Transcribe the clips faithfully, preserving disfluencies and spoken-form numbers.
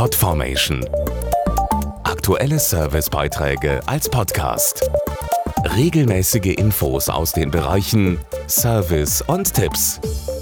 Podformation. Aktuelle Servicebeiträge als Podcast. Regelmäßige Infos aus den Bereichen Service und Tipps.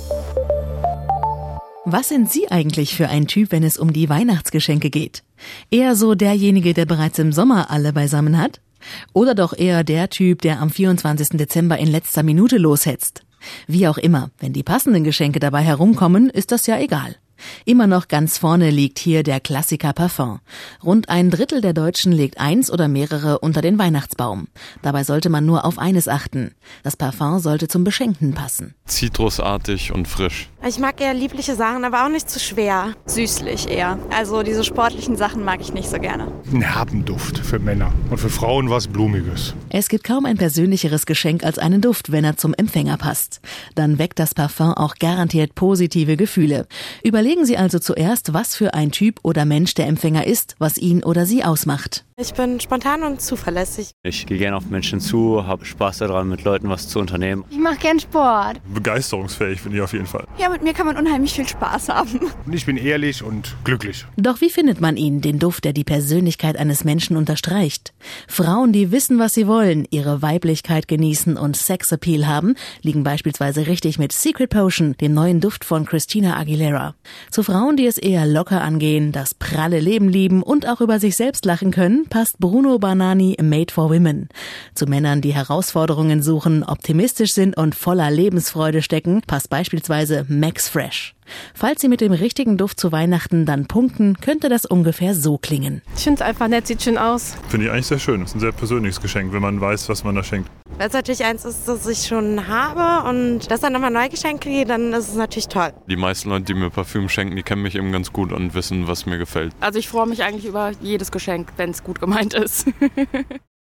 Was sind Sie eigentlich für ein Typ, wenn es um die Weihnachtsgeschenke geht? Eher so derjenige, der bereits im Sommer alle beisammen hat? Oder doch eher der Typ, der am vierundzwanzigsten Dezember in letzter Minute loshetzt? Wie auch immer, wenn die passenden Geschenke dabei herumkommen, ist das ja egal. Immer noch ganz vorne liegt hier der Klassiker Parfum. Rund ein Drittel der Deutschen legt eins oder mehrere unter den Weihnachtsbaum. Dabei sollte man nur auf eines achten. Das Parfum sollte zum Beschenkten passen. Zitrusartig und frisch. Ich mag eher liebliche Sachen, aber auch nicht zu schwer. Süßlich eher. Also diese sportlichen Sachen mag ich nicht so gerne. Ein Herbenduft für Männer und für Frauen was Blumiges. Es gibt kaum ein persönlicheres Geschenk als einen Duft, wenn er zum Empfänger passt. Dann weckt das Parfum auch garantiert positive Gefühle. Überlegen Sie also zuerst, was für ein Typ oder Mensch der Empfänger ist, was ihn oder sie ausmacht. Ich bin spontan und zuverlässig. Ich gehe gerne auf Menschen zu, habe Spaß daran, mit Leuten was zu unternehmen. Ich mache gern Sport. Begeisterungsfähig bin ich auf jeden Fall. Ja, mit mir kann man unheimlich viel Spaß haben. Und ich bin ehrlich und glücklich. Doch wie findet man ihn, den Duft, der die Persönlichkeit eines Menschen unterstreicht? Frauen, die wissen, was sie wollen, ihre Weiblichkeit genießen und Sexappeal haben, liegen beispielsweise richtig mit Secret Potion, dem neuen Duft von Christina Aguilera. Zu Frauen, die es eher locker angehen, das pralle Leben lieben und auch über sich selbst lachen können, passt Bruno Banani Made for Women. Zu Männern, die Herausforderungen suchen, optimistisch sind und voller Lebensfreude stecken, passt beispielsweise Max Fresh. Falls Sie mit dem richtigen Duft zu Weihnachten dann punkten, könnte das ungefähr so klingen. Ich finde es einfach nett, sieht schön aus. Finde ich eigentlich sehr schön. Das ist ein sehr persönliches Geschenk, wenn man weiß, was man da schenkt. Wenn es natürlich eins ist, das ich schon habe und das dann nochmal neu geschenkt kriege, dann ist es natürlich toll. Die meisten Leute, die mir Parfüm schenken, die kennen mich eben ganz gut und wissen, was mir gefällt. Also ich freue mich eigentlich über jedes Geschenk, wenn es gut gemeint ist.